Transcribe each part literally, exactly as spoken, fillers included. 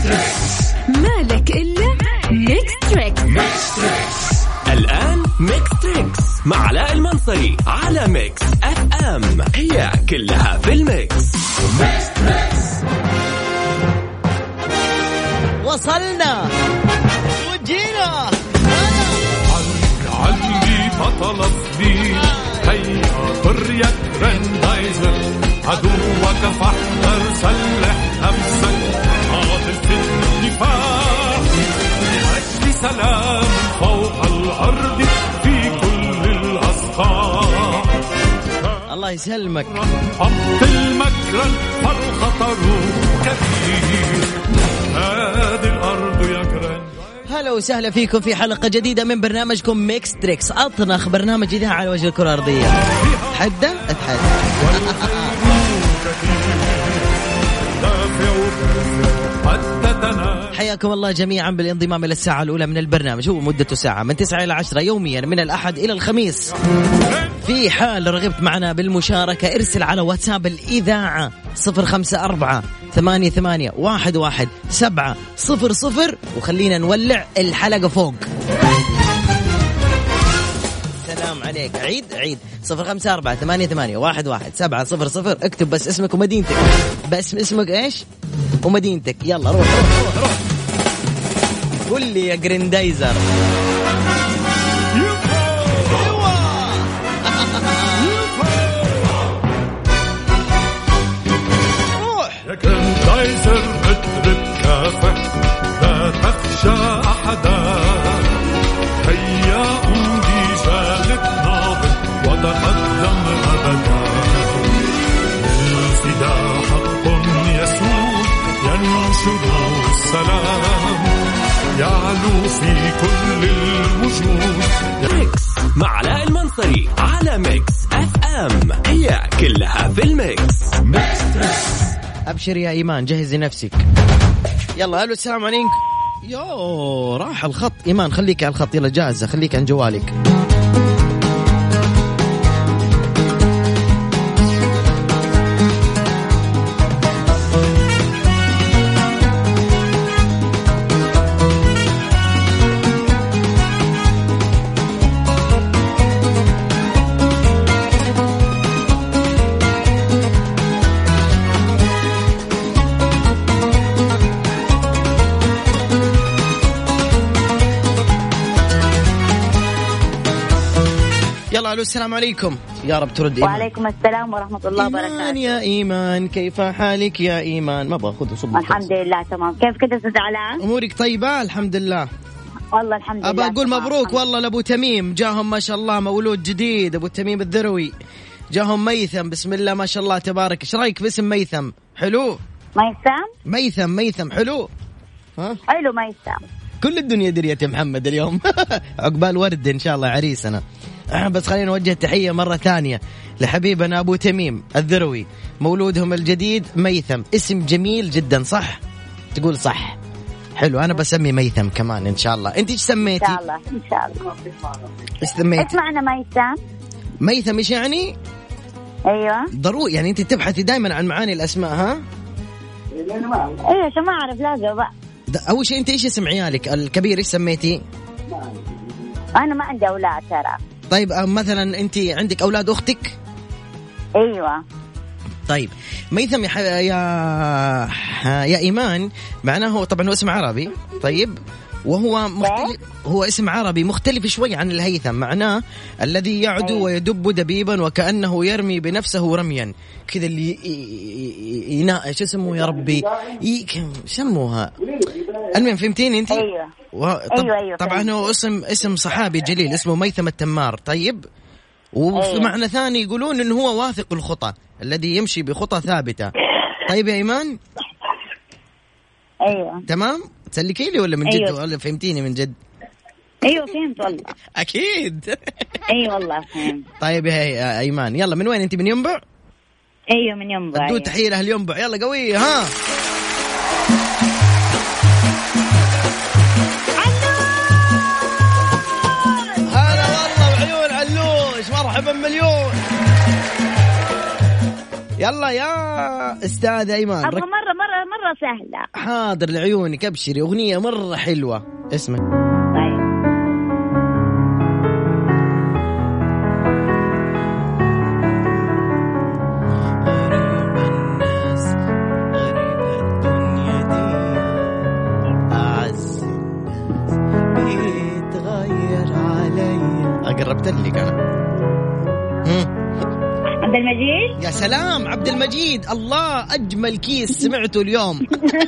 مالك إلا ميكس تريكس. الآن ميكس تريكس مع علاء المنصري على ميكس اف ام. هي كلها في الميكس. وصلنا وجينا علي بطل الدين. هيا طريق رندايزر عدوك فاحذر سلح نفسك حاضر في الدفاع لأجل سلام فوق الأرض في كل الأسقاع. الله يسلمك. أبطل مكرا فالخطر كثير هذه الأرض يكرن. هلا وسهلا فيكم في حلقة جديدة من برنامجكم ميكس تريكس، أطنخ برنامج إذاعة على وجه الكرة الأرضية. حدة أتحدى. حياكم الله جميعا بالانضمام إلى الساعة الأولى من البرنامج. هو مدته ساعة من تسعة إلى عشرة يوميا من الأحد إلى الخميس. في حال رغبت معنا بالمشاركة ارسل على واتساب الإذاعة صفر خمسة أربعة ثمانية ثمانية واحد واحد سبعة صفر صفر وخلينا نولع الحلقة فوق. سلام عليك. عيد عيد صفر خمسة أربعة ثمانية ثمانية واحد واحد سبعة صفر صفر. اكتب بس اسمك ومدينتك. بس اسمك ايش ومدينتك. يلا روح روح روح, روح. قول لي يا جريندايزر. يا جريندايزر اضرب كافح لا تخشى أحدا. هيا أمضي جالك ناضل وتقدم أبدا. الفداء حق يسود ينشر السلام يعلو في كل الوجود. ميكس مع علاء المنصري على ميكس اف ام. هي كلها في الميكس. أبشر يا إيمان جهزي نفسك. يلا ألو السلام عليكم. يو راح الخط. إيمان خليك على الخط. يلا جاهزة خليك عن جوالك. الو السلام عليكم. يا رب ترد إيمان. وعليكم السلام ورحمة الله وبركاته. إيمان يا إيمان كيف حالك يا إيمان؟ ما باخذ صوت. الحمد لله تمام. كيف كده أستاذ علاء؟ أمورك طيبة الحمد لله. والله الحمد لله. أبى أقول مبروك والله لأبو تميم جاهم ما شاء الله مولود جديد. أبو تميم الذروي جاهم ميثم. بسم الله ما شاء الله تبارك. إيش رأيك باسم ميثم؟ حلو. ميثم ميثم ميثم حلو. ها حلو ميثم. كل الدنيا دريت يا محمد اليوم. عقبال ورد إن شاء الله عريسنا. بس خلينا نوجه تحية مرة ثانية لحبيبنا أبو تميم الذروي مولودهم الجديد ميثم. اسم جميل جدا صح؟ تقول صح. حلو. أنا بسمي ميثم كمان إن شاء الله. أنت إيش سميتي؟ إن شاء الله إن شاء الله. إيش سميتي؟ اسمعنا ميثم. ميثم إيش يعني؟ أيوة ضروري يعني أنت تبحثي دائما عن معاني الأسماء ها؟ أيوة شو ما أعرف لازم بقى. أول شيء أنت إيش اسم عيالك الكبير إيش سميتي؟ أنا ما عندي أولاد ترى. طيب مثلا أنت عندك أولاد أختك؟ أيوة. طيب ميثم يا, يا يا إيمان معناه هو طبعا هو اسم عربي. طيب وهو مختلف. هو اسم عربي مختلف شوي عن الهيثم. معناه الذي يعدو ويدب دبيبا وكأنه يرمي بنفسه رميا كذا اللي ينا شو اسمه يا ربي سموها. المهم فهمتيني انت؟ ايوه و... طب... ايوه ايوه طبعا هو اسم اسم صحابي جليل اسمه ميثم التمار. طيب وفي أيوة. معنى ثاني يقولون انه هو واثق الخطى الذي يمشي بخطى ثابتة. طيب يا إيمان ايوه تمام تسلكي لي ولا من جد؟ أيوة. ولا فهمتيني من جد؟ ايوه فهمت والله. اكيد. اي والله فهمت. طيب يا ايمان يلا من وين انت؟ من ينبع؟ ايوه من ينبع. ادوا تحيه لاهل ينبع. يلا قويه ها. هلا والله وعيون علوش مرحبا مليون. يلا يا استاذ ايمان ابغى مره مره مرة سهلة. حاضر لعيونك، أبشري. أغنية مرة حلوة، اسمع. طيب. قربت لك أنا. عبد المجيد. يا سلام، عبد المجيد. الله، أجمل كيس سمعته اليوم.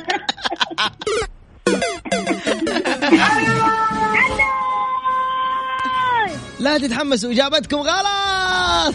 لا تتحمسوا، إجابتكم غلط.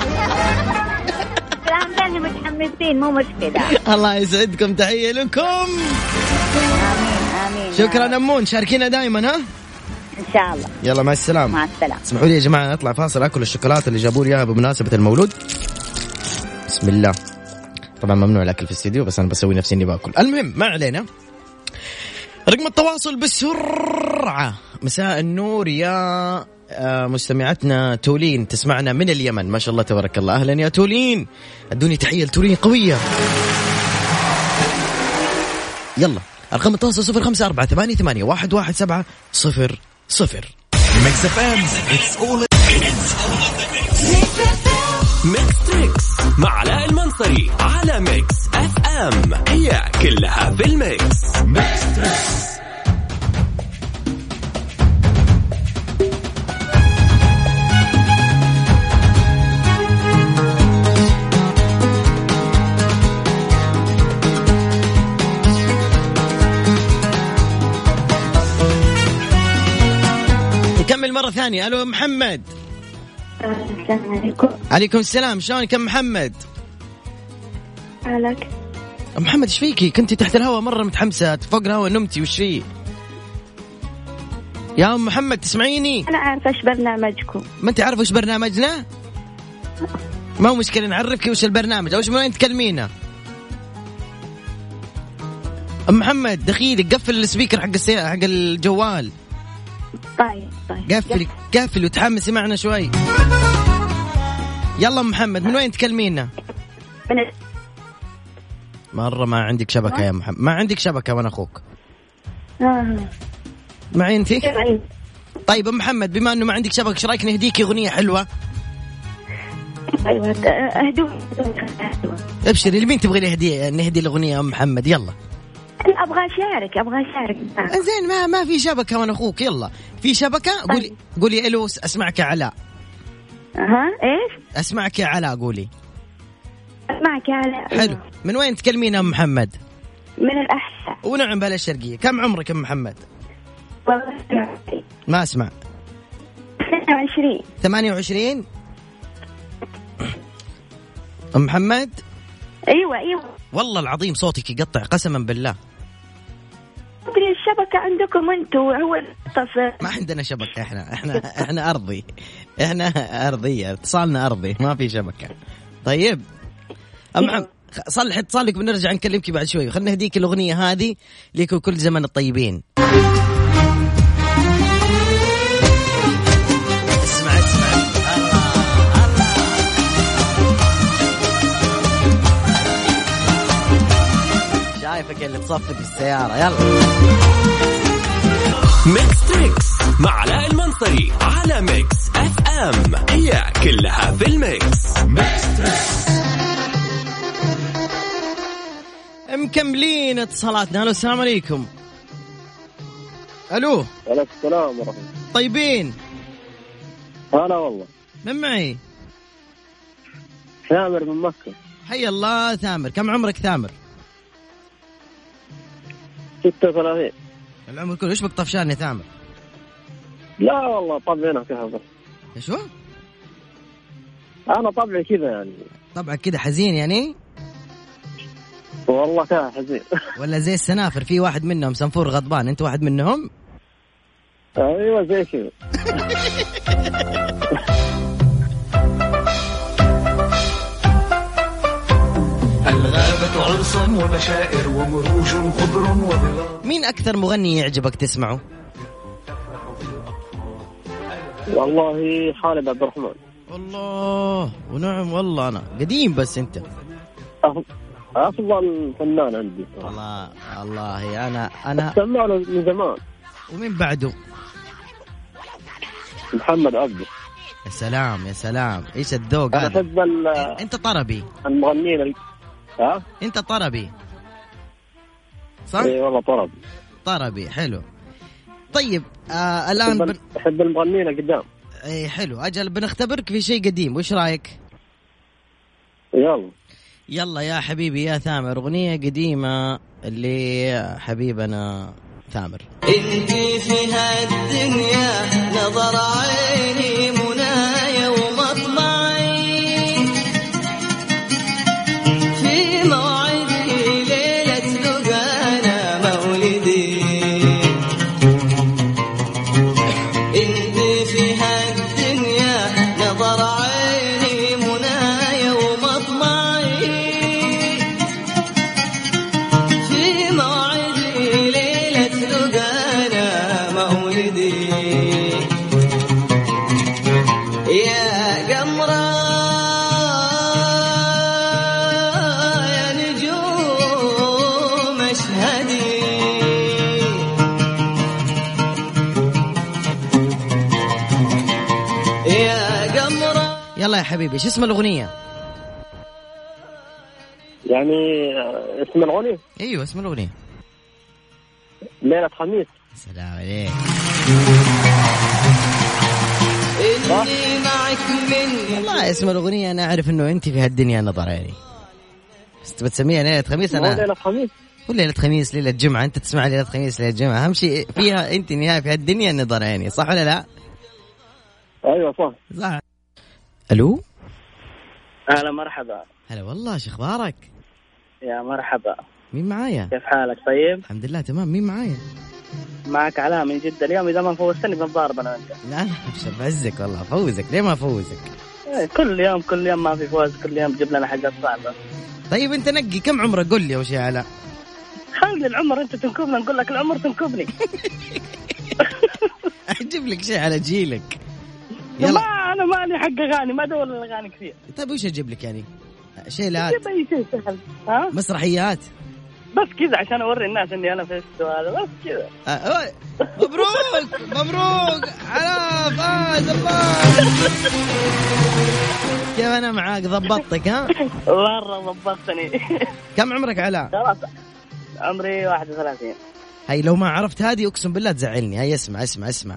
كلام ثاني، متحمسين مو مشكلة. الله يسعدكم، تحية لكم. آمين آمين. شكرا أمون، شاركينا دائما. ها إن شاء الله. يلا مع السلامة. مع السلامة. اسمحوا لي يا جماعة أطلع فاصل أكل الشوكولاتة اللي جابوا لي إياها بمناسبة المولود. بسم الله. طبعا ممنوع الأكل في الاستديو، بس أنا بسوي نفسي إني باكل. المهم ما علينا. رقم التواصل بسرعة. مساء النور يا مستمعتنا تولين، تسمعنا من اليمن، ما شاء الله تبارك الله. أهلا يا تولين، ادوني تحية لتولين قوية. يلا أرقام التواصل صفر خمسة أربعة ثمانية ثمانية واحد واحد سبعة صفر صفر. ميكس اف ام it's all ميكس تريكس مع علاء المنصري على ميكس اف ام، هي كلها في الميكس. ميكس تريكس. نكمل مرة ثانية. ألو محمد. السلام عليكم. عليكم السلام، شلونك يا محمد؟ حالك؟ محمد ايش فيكي؟ كنتي تحت الهواء مرة متحمسة، فوق الهواء نمتي وش في؟ يا أم محمد تسمعيني؟ أنا عارفة إيش برنامجكم. ما أنت عارفة إيش برنامجنا؟ ما هو مشكلة، نعرفك وش البرنامج. أوش من وين تكلمينا؟ أم محمد دخيلك، قفل السبيكر حق السي... حق الجوال. طيب طيب. قفل قفل وتحمسي معنا شوي. يلا محمد، من وين تكلمينا؟ من مرة ما عندك شبكة يا محمد، ما عندك شبكة وأنا أخوك. آه. معي أنت؟ طيب أم محمد، بما أنه ما عندك شبكة، إيش رأيك نهديك أغنية حلوة؟ أيوة أهدوه. ابشري، لمين تبغي لي هدية؟ نهدي الأغنية أم محمد. يلا. أنا أبغى أشارك أبغى أشارك. زين، ما ما في شبكة وأنا أخوك. يلا في شبكة. قولي قولي ألو، أسمعك يا علاء. ها إيش؟ أسمعك يا علاء، قولي. أسمعك يا علاء. حلو. من وين تكلمين أم محمد؟ من الأحساء. ونعم بلا الشرقية. كم عمرك أم محمد؟ والله ما أسمع. ثمانية وعشرين. ثمانية وعشرين. أم محمد. أيوة أيوة. والله العظيم صوتك يقطع قسما بالله. أدري الشبكة عندكم أنتوا، هو التصل. ما عندنا شبكة، إحنا إحنا إحنا أرضي، إحنا أرضية، اتصالنا أرضي، ما في شبكة. طيب أم محمد، صلح اتصالك بنرجع نكلمك بعد شوي. خلنا نهديك الأغنية هذه ليكوا كل زمن الطيبين. اسمع اسمع. الله الله. شايفك اللي تصفق السيارة. يلا ميكس تريكس مع علاء المنصري على ميكس اف ام، هي كلها في الميكس. ميكس تريكس. مكملين اتصالاتنا. الو السلام عليكم. الو. وعليكم السلام ورحمة الله. طيبين؟ هلا والله. من معي؟ ثامر من مكة. حي الله ثامر. كم عمرك ثامر؟ ستة وثلاثين. العمر كله. ايش بك طفشان يا ثامر؟ لا والله طبعنا كذا بس. ايش هو؟ أنا طبعي كذا يعني. طبعك كذا حزين يعني؟ والله كذا حزين. ولا زي السنافر، في واحد منهم سنفور غضبان، انت واحد منهم؟ ايوه زي كذا. الغابة عرس وبشائر ومروج خضر وظلال. مين أكثر مغني يعجبك تسمعه؟ والله خالد عبد الرحمن. والله ونعم والله. أنا قديم بس أنت. افضل فنان عندي صراحة. الله الله انا انا سمع له من زمان. ومن بعده؟ محمد عبده. يا سلام يا سلام، ايش الذوق انا هذا. احب ال- انت طربي، المغنيين ال- ها انت طربي صح؟ اي والله طرب. طربي حلو. طيب آه الان احب, بن... أحب المغنيين القدام. اي حلو، اجل بنختبرك في شيء قديم، وش رايك؟ يلا يلا يا حبيبي يا ثامر، اغنيه قديمه اللي حبيبنا ثامر. انتي في هالدنيا نظر عيني منايا ومطمعي في موعدي ليلة لقانا مولدي انتي في هالدنيا نظر عيني منايا ومطمعي في موعدي ليلة لقانا مولدي يا قمرة يا نجوم اشهدي يا قمرة. يلا يا حبيبي، ايش اسم الاغنيه؟ يعني آه، اسم الغني ايوه اسم الاغنيه. ليلة خميس. سلام عليك. إني معك من والله اسم الاغنيه انا اعرف انه انت في هالدنيا نظر عيني، بس تبى تسميها ليله خميس. مو انا ليلة خميس. كل ليله خميس ليله جمعه، انت تسمع ليله خميس ليله جمعه، اهم شيء فيها انت نهايه في هالدنيا نظر عيني، صح ولا لا؟ ايوه صح. صح. الو هلا مرحبا. هلا والله، شو اخبارك؟ يا مرحبا، مين معايا؟ كيف حالك؟ طيب الحمد لله تمام. مين معايا؟ معك علاء من جدة. اليوم إذا ما فوزتني بنضارب أنا وأنت. لا لا ابشر، بعزك والله، افوزك. ليه ما افوزك؟ إيه، كل يوم كل يوم ما في فوز، كل يوم تجيب لنا حاجات صعبة. طيب انت نقي كم عمرك، قل لي اول شيء. علاء خلي العمر أنت تنكبنا، نقول لك العمر تنكبني. اجيب لك شيء على جيلك. ما يلا أنا مالي حق أغاني، ما أدور الأغاني كثير. طيب وش اجيب لك يعني؟ شيء لا جيب أي شيء سهل. ها مسرحيات بس كذا عشان أوري الناس إني أنا في السؤال، بس كذا. آه، مبروك مبروك علاء فاز الله. كيف انا معاك ضبطتك؟ ها مرة ضبطتني. كم عمرك علاء؟ خلاص عمري واحد وثلاثين. هاي لو ما عرفت هذه اقسم بالله تزعلني. هاي اسمع اسمع اسمع.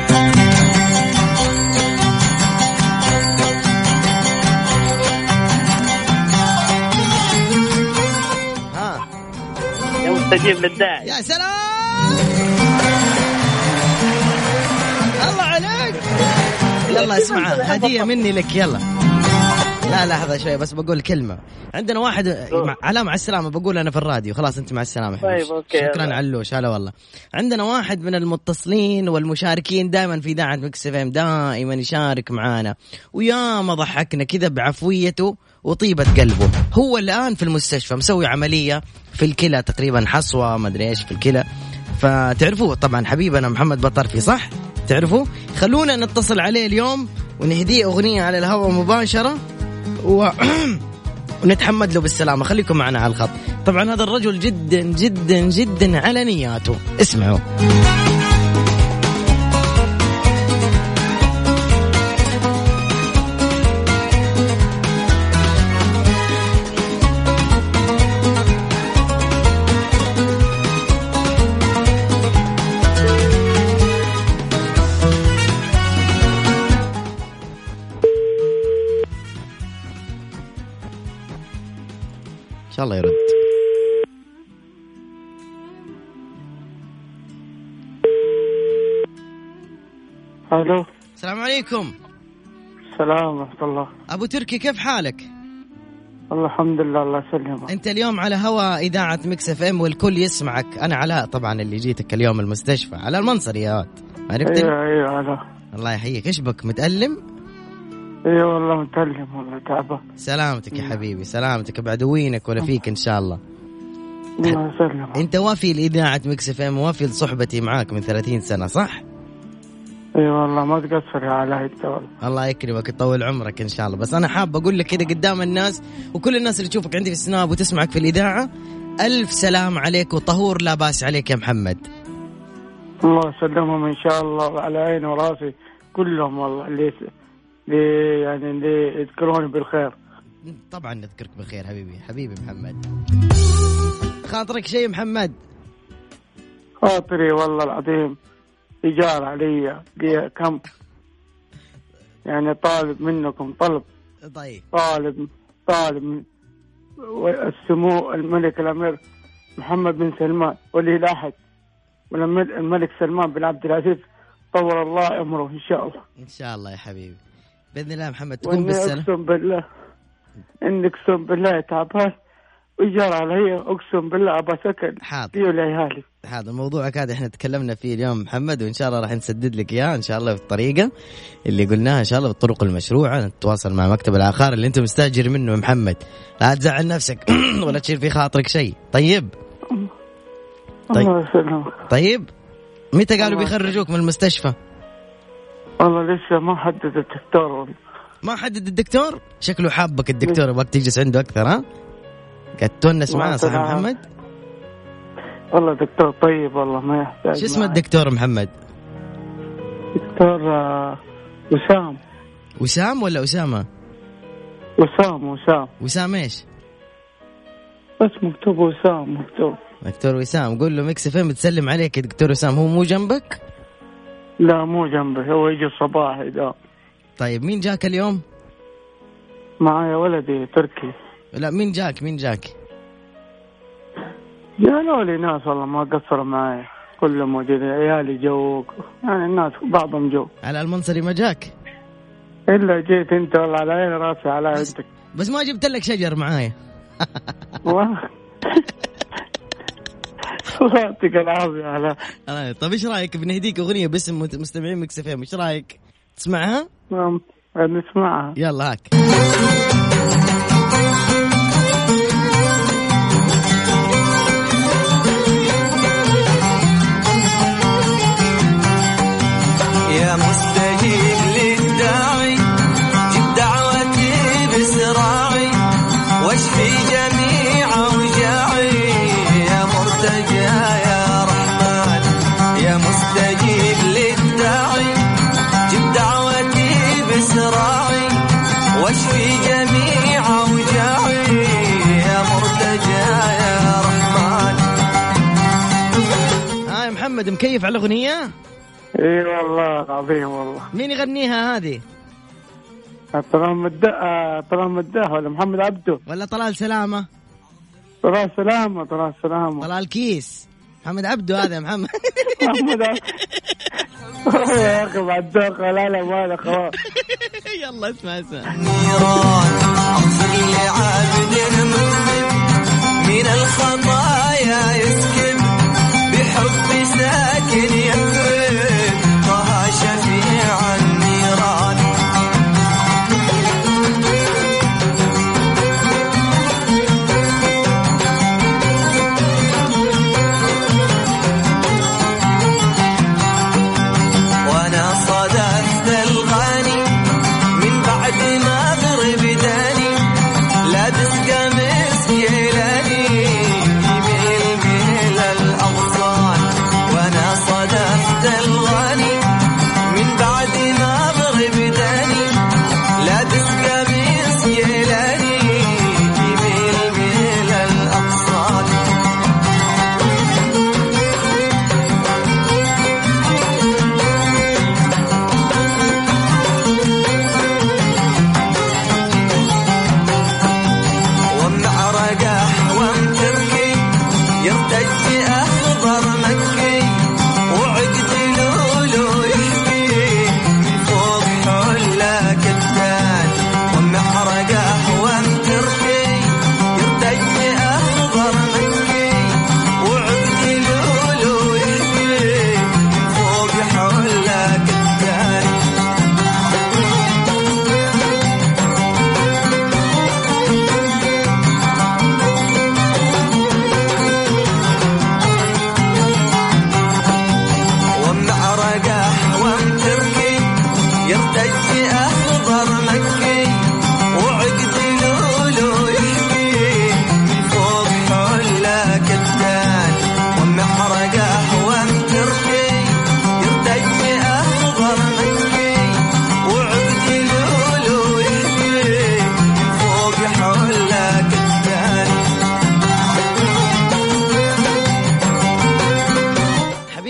ها يا مستجيب للداعي. يا سلام الله عليك. يلا اسمع، هدية مني لك. يلا لا لحظة شوي بس بقول كلمة. عندنا واحد مع... على مع السلامة، بقول أنا في الراديو. خلاص أنت مع السلامة. طيب أوكي. شكرا يلا. علوش. هلا والله. عندنا واحد من المتصلين والمشاركين دائما في إذاعة ميكس اف ام، دائما يشارك معانا ويا ما ضحكنا كذا بعفويته وطيبة قلبه. هو الآن في المستشفى مسوي عملية في الكلى تقريبا، حصوة ما أدري إيش في الكلى. فتعرفوه طبعا حبيبنا محمد بطرفي، صح؟ تعرفوه؟ خلونا نتصل عليه اليوم ونهديه أغنية على الهواء مباشرة و... ونتحمد له بالسلامة. خليكم معنا على الخط. طبعا هذا الرجل جدا جدا جدا على نياته. اسمعوا. إن شاء الله يرد. الو السلام عليكم. السلام ورحمة الله. أبو تركي كيف حالك؟ الله الحمد لله الله يسلمك. أنت اليوم على هوا إذاعة ميكس اف ام والكل يسمعك. أنا علاء طبعا اللي جيتك اليوم المستشفى على المنصر يا واد، عرفتني؟ ايوه ايوه علاء. الله يحييك. إيش بك متألم؟ ايوه والله متألم والله تعبان. سلامتك يا حبيبي، سلامتك بعدوينك ولا فيك إن شاء الله. الله يسلمك. أنت وافي لإذاعة ميكس اف ام، وافي لصحبتي معاك من ثلاثين سنة، صح؟ اي والله ما تقصر يا علاء انت والله. الله يكرمك يطول عمرك ان شاء الله. بس انا حاب اقول لك كذا قدام الناس وكل الناس اللي تشوفك عندي في السناب وتسمعك في الاذاعه، الف سلام عليك وطهور لا باس عليك يا محمد. الله يسلمهم ان شاء الله على عيني وراسي كلهم والله، اللي اللي يعني اللي يذكروني بالخير. طبعا نذكرك بالخير حبيبي حبيبي محمد. خاطرك شيء محمد؟ خاطري والله العظيم إيجار علي كم يعني طالب منكم طلب. طيب طالب طالب من السمو الملك الأمير محمد بن سلمان ولي العهد والملك سلمان بن عبد العزيز طول الله عمره إن شاء الله. إن شاء الله يا حبيبي بإذن الله محمد تكون بالسلامة. أقسم بالله إن أقسم بالله تعبان وإيجار علي، أقسم بالله أبى سكن حاضر وليالي. هذا موضوعك هذا احنا تكلمنا فيه اليوم محمد، وإن شاء الله راح نسدد لك إياه إن شاء الله بالطريقة اللي قلناها إن شاء الله بالطرق المشروعة. نتواصل مع مكتب العقار اللي أنت مستأجر منه محمد، لا تزعل نفسك ولا تشيل في خاطرك شيء. طيب طيب الله يسلمك. طيب متى قالوا بيخرجوك من المستشفى؟ والله لسه ما حدد الدكتور. ما حدد الدكتور؟ شكله حابك الدكتور وقت تجلس عنده أكثر. ها قاعد تونس معاه صح محمد؟ والله دكتور طيب والله ما يحتاج. شو اسمه الدكتور محمد؟ دكتور آه وسام. وسام ولا أسامة؟ وسام وسام. وسام إيش؟ بس مكتوب وسام مكتوب. دكتور وسام. قول له ميكس فين بتسلم عليك يا دكتور وسام. هو مو جنبك؟ لا مو جنبي، هو يجي الصباح ده. طيب مين جاك اليوم؟ معايا ولدي تركي. لا مين جاك مين جاك؟ جانوا لي ناس والله ما قصروا معايا، كلهم موجودين عيالي جو يعني الناس بعضهم جو. على المنصري ما جاك؟ إلا جيت أنت والله على عين راسي على بس, عندك. بس ما جبت لك شجر معايا. يعطيك العافية على. طيب ايش رايك بنهديك اغنيه باسم مستمعين مكس اف ام؟ ايش رايك تسمعها؟ نعم نسمعها. يلا هاك. يا مستجيب للداعي جب دعوتي بسراعي واشفي جميع اوجاعي يا مرتجى يا رحمن. يا مستجيب للداعي جب دعوتي بسراعي واشفي جميع اوجاعي يا مرتجى يا رحمن. ها يا محمد مكيف على الاغنيه؟ اي والله العظيم والله. مين يغنيها هذه؟ طلال مداح. طلال مداح ولا محمد عبده ولا طلال سلامة؟ طلال سلامة. طلال سلامة. طلال كيس. محمد عبده هذا يا محمد. محمد عبده يا أخي بعد ذوق. لا لا ما له خلاص. يلا اسمع اسمع. نيران أغفر لعبد المذنب من الخطايا يسكن بحب ساكن يفرد طه شفيع النيران. وانا صدفت الغاني من بعد ما غرب داني لابس قميص جيلاني يميل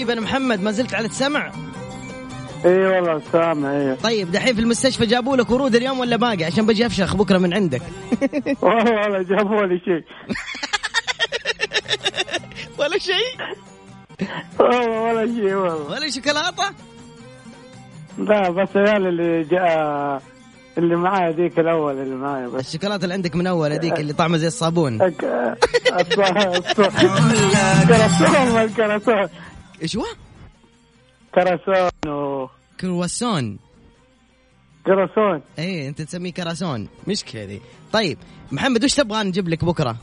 حبيبنا محمد ما زلت على السمع؟ اي والله سامع. ايوه طيب دحين في المستشفى جابوا لك ورود اليوم ولا باقي عشان بجي افشخ بكره من عندك؟ والله جابوا لي شيء. ولا شيء والله ولا شيء والله. ولا شوكولاته؟ لا بس عيال اللي جاء اللي معايا ذيك الاول اللي معايا بس. الشوكولاته اللي عندك من اول هذيك اللي طعمها زي الصابون. كراسون والكراسون. ايش هو؟ كراسون و كرواسون. كراسون. ايه انت تسميه كراسون مشكله دي. طيب محمد وش تبغى نجيب لك بكره؟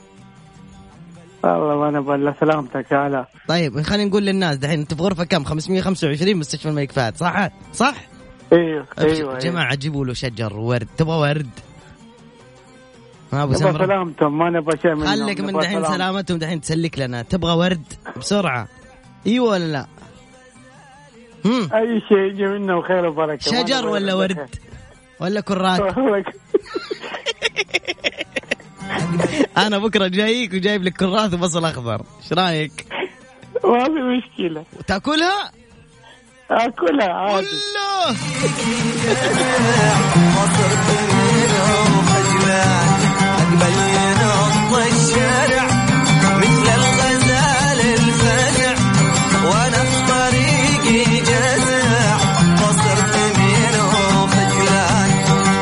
والله ما نبغى الا سلامتك يا علاء. طيب خلينا نقول للناس دحين انت في غرفه كم؟ خمسمية وخمسة وعشرين مستشفى الملك فهد صح؟ صح؟ ايوه ايوه جماعه جيبوا له شجر ورد. تبغى ورد؟ ما ابو سمره. نبغى سلامتهم ما نبغى شيء منهم. خليك من دحين سلامتهم دحين تسلك لنا. تبغى ورد بسرعه ايوه ولا لا؟ هم. اي شيء يجي منه خير وبركه. شجر ولا ورد ولا كرات؟ انا بكره جايك وجايب لك كرات وبصل اخضر. ايش رايك؟ ما في مشكله. تاكلها؟ اكلها عادي. الله مثل الغزال الفزع وانا في طريقي جزع وصرت منه خجلان.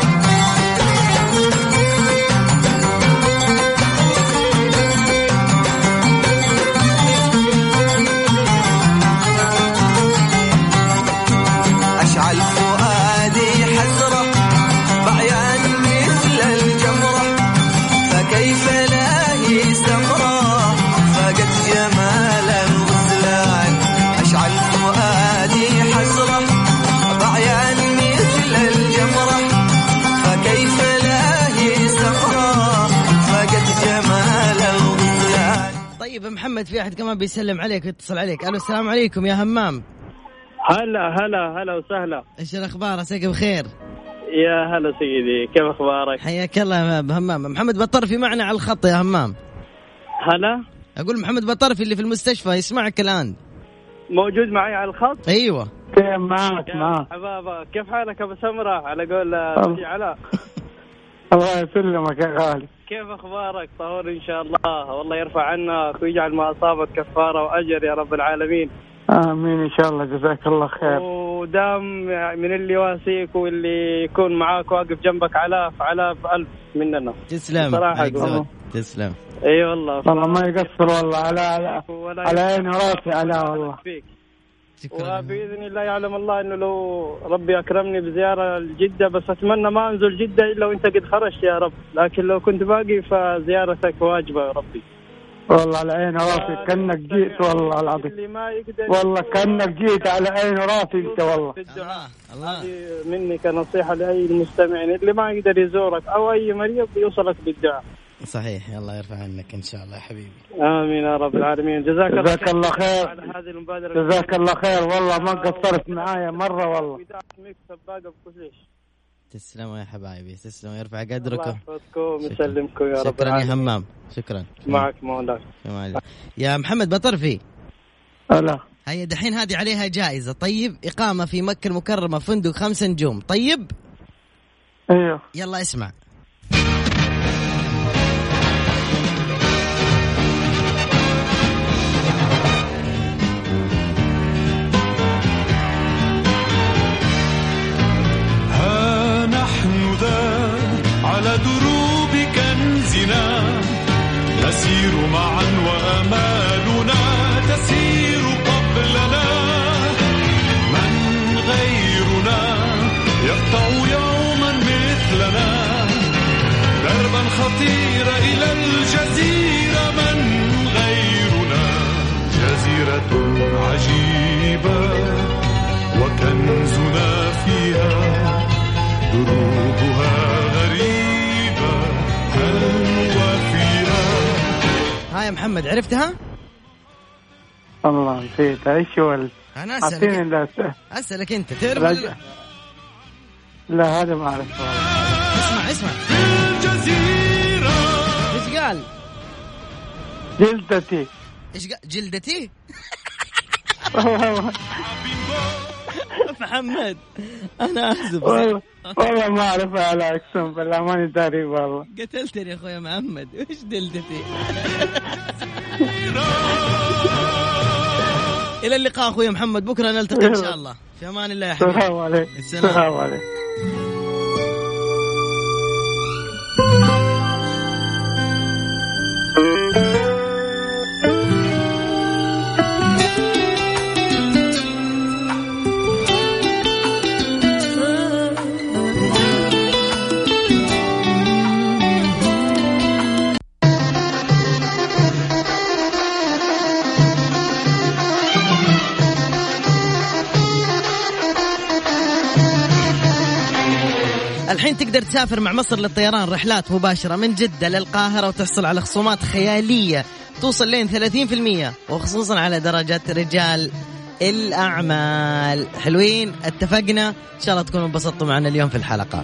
اشعل فؤادي حسرة بعيان مثل الجمرة فكيف لاهي سمرة فقد جمال الغزلان. أشعل فؤادي حسرة بعيان مثل الجمرة فكيف لاهي سمرة فقد جمال الغزلان. طيب محمد في أحد كمان بيسلم عليك ويتصل عليك. ألو السلام عليكم يا همام. هلا هلا هلا وسهلا. إيش الأخبار؟ عساك بخير. يا هلا سيدي كيف أخبارك؟ حياك الله يا همام. محمد بطرفي معنا على الخط يا همام. هلا أقول محمد بطرفي اللي في المستشفى يسمعك الآن. موجود معي على الخط؟ أيوة كيف معك معك حبابا. كيف حالك أبو سمرة على قول أبو علاء؟ الله يسلمك يا غالي. كيف أخبارك؟ طهور إن شاء الله. والله يرفع عنك ويجعل ما أصابك كفارة وأجر يا رب العالمين. آمين إن شاء الله. جزاك الله خير. ودام من اللي واسيك واللي يكون معاك واقف جنبك علاف علاف ألف مننا. تسلم صراحة تسلم. اي والله والله ما يقصر والله على على على عيني وراسي على والله. وبإذن الله يعلم الله إنه لو ربي أكرمني بزيارة لجدة بس أتمنى ما أنزل جدة إلا وأنت قد خرجت يا رب. لكن لو كنت باقي فزيارتك واجبة يا ربي. والله على عين راسي كأنك جيت والله العظيم. والله كأنك جيت على عين راسي انت والله. الله الله مني كنصيحة لأي المستمعين اللي ما يقدر يزورك أو أي مريض يوصلك بالدعاء. صحيح. الله يرفع عنك إن شاء الله يا حبيبي. آمين يا رب العالمين. جزاك, جزاك الله خير على هذه المبادرة. جزاك الله خير والله ما قصرت معايا مرة والله. تسلموا يا حبايبي تسلموا. يرفع قدركم. الله يحفظكم يسلمكم يا رب. شكرا يا همام. شكرا معك مولاك. يا محمد بطرفي. هلا هيا دحين هذه عليها جائزة. طيب إقامة في مكة المكرمة فندق خمس نجوم. طيب ايوه يلا اسمع. على دروب كنزنا نسير معا وأمالنا تسير قبلنا. من غيرنا يقطع يوما مثلنا دربا خطيرا إلى الجزيرة. من غيرنا جزيرة عجيبة وكنزنا فيها دروبها غريبة حلوة فيها. ها يا محمد عرفتها؟ الله نسيت ايش ولا انا اسالك اسالك انت تعرف ولا لا؟ هذا ما اعرف. اسمع اسمع ايش قال؟ جلدتي. ايش قال؟ جلدتي. محمد أنا آسف والله والله ما أعرف على أقسم بالله ماني داري والله. قتلتني يا أخويا محمد. وش دلدتي؟ إلى اللقاء أخويا محمد، بكرة نلتقي إن شاء الله. في أمان الله يا حبيبي. السلام عليكم. السلام عليكم. الحين تقدر تسافر مع مصر للطيران رحلات مباشرة من جدة للقاهرة وتحصل على خصومات خيالية توصل لين ثلاثين بالمئة، وخصوصا على درجة رجال الأعمال. حلوين؟ اتفقنا؟ إن شاء الله تكونوا انبسطتوا معنا اليوم في الحلقة.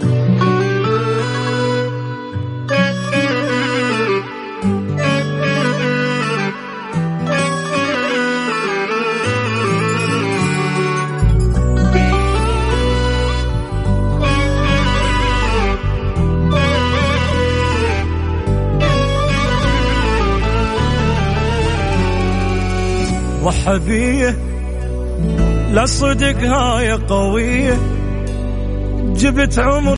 وحبيه لا صدق هاي قوية، جبت عمر